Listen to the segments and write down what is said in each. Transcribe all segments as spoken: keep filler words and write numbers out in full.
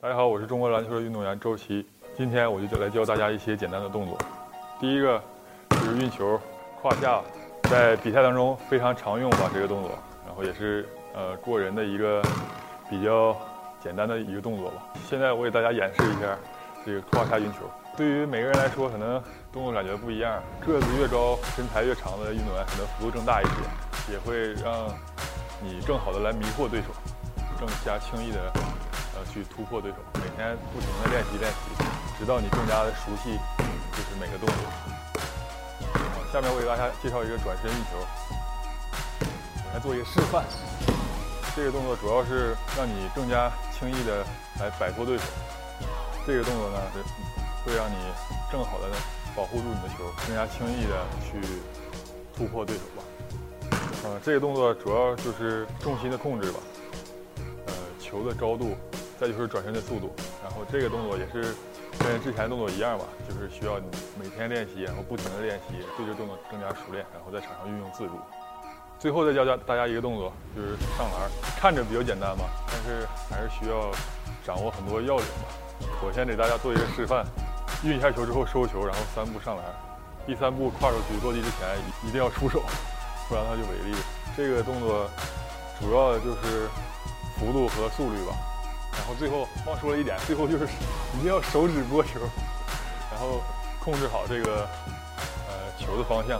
大家好，我是中国篮球的运动员周琦。今天我就来教大家一些简单的动作。第一个就是运球胯下，在比赛当中非常常用吧这个动作，然后也是呃过人的一个比较简单的一个动作吧。现在我给大家演示一下这个胯下运球。对于每个人来说，可能动作感觉不一样，个子越高、身材越长的运动员可能幅度更大一些，也会让你更好的来迷惑对手，更加轻易的。呃，去突破对手，每天不停的练习练习，直到你更加的熟悉，就是每个动作。好，下面我给大家介绍一个转身运球，我来做一个示范。这个动作主要是让你更加轻易的来摆脱对手。这个动作呢，会让你更好的保护住你的球，更加轻易的去突破对手吧。呃，这个动作主要就是重心的控制吧，呃，球的高度。再就是转身的速度，然后这个动作也是跟之前的动作一样吧，就是需要你每天练习，然后不停的练习，对这动作更加熟练，然后在场上运用自如。最后再教大家一个动作，就是上篮，看着比较简单吧，但是还是需要掌握很多要领吧。我先给大家做一个示范，运一下球之后收球，然后三步上篮，第三步跨出去落地之前一定要出手，不然它就违例。这个动作主要就是幅度和速率吧。然后最后忘说了一点，最后就是一定要手指拨球，然后控制好这个呃球的方向。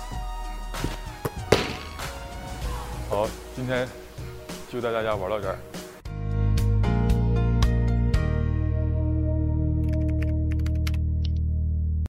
好，今天就带大家玩到这儿。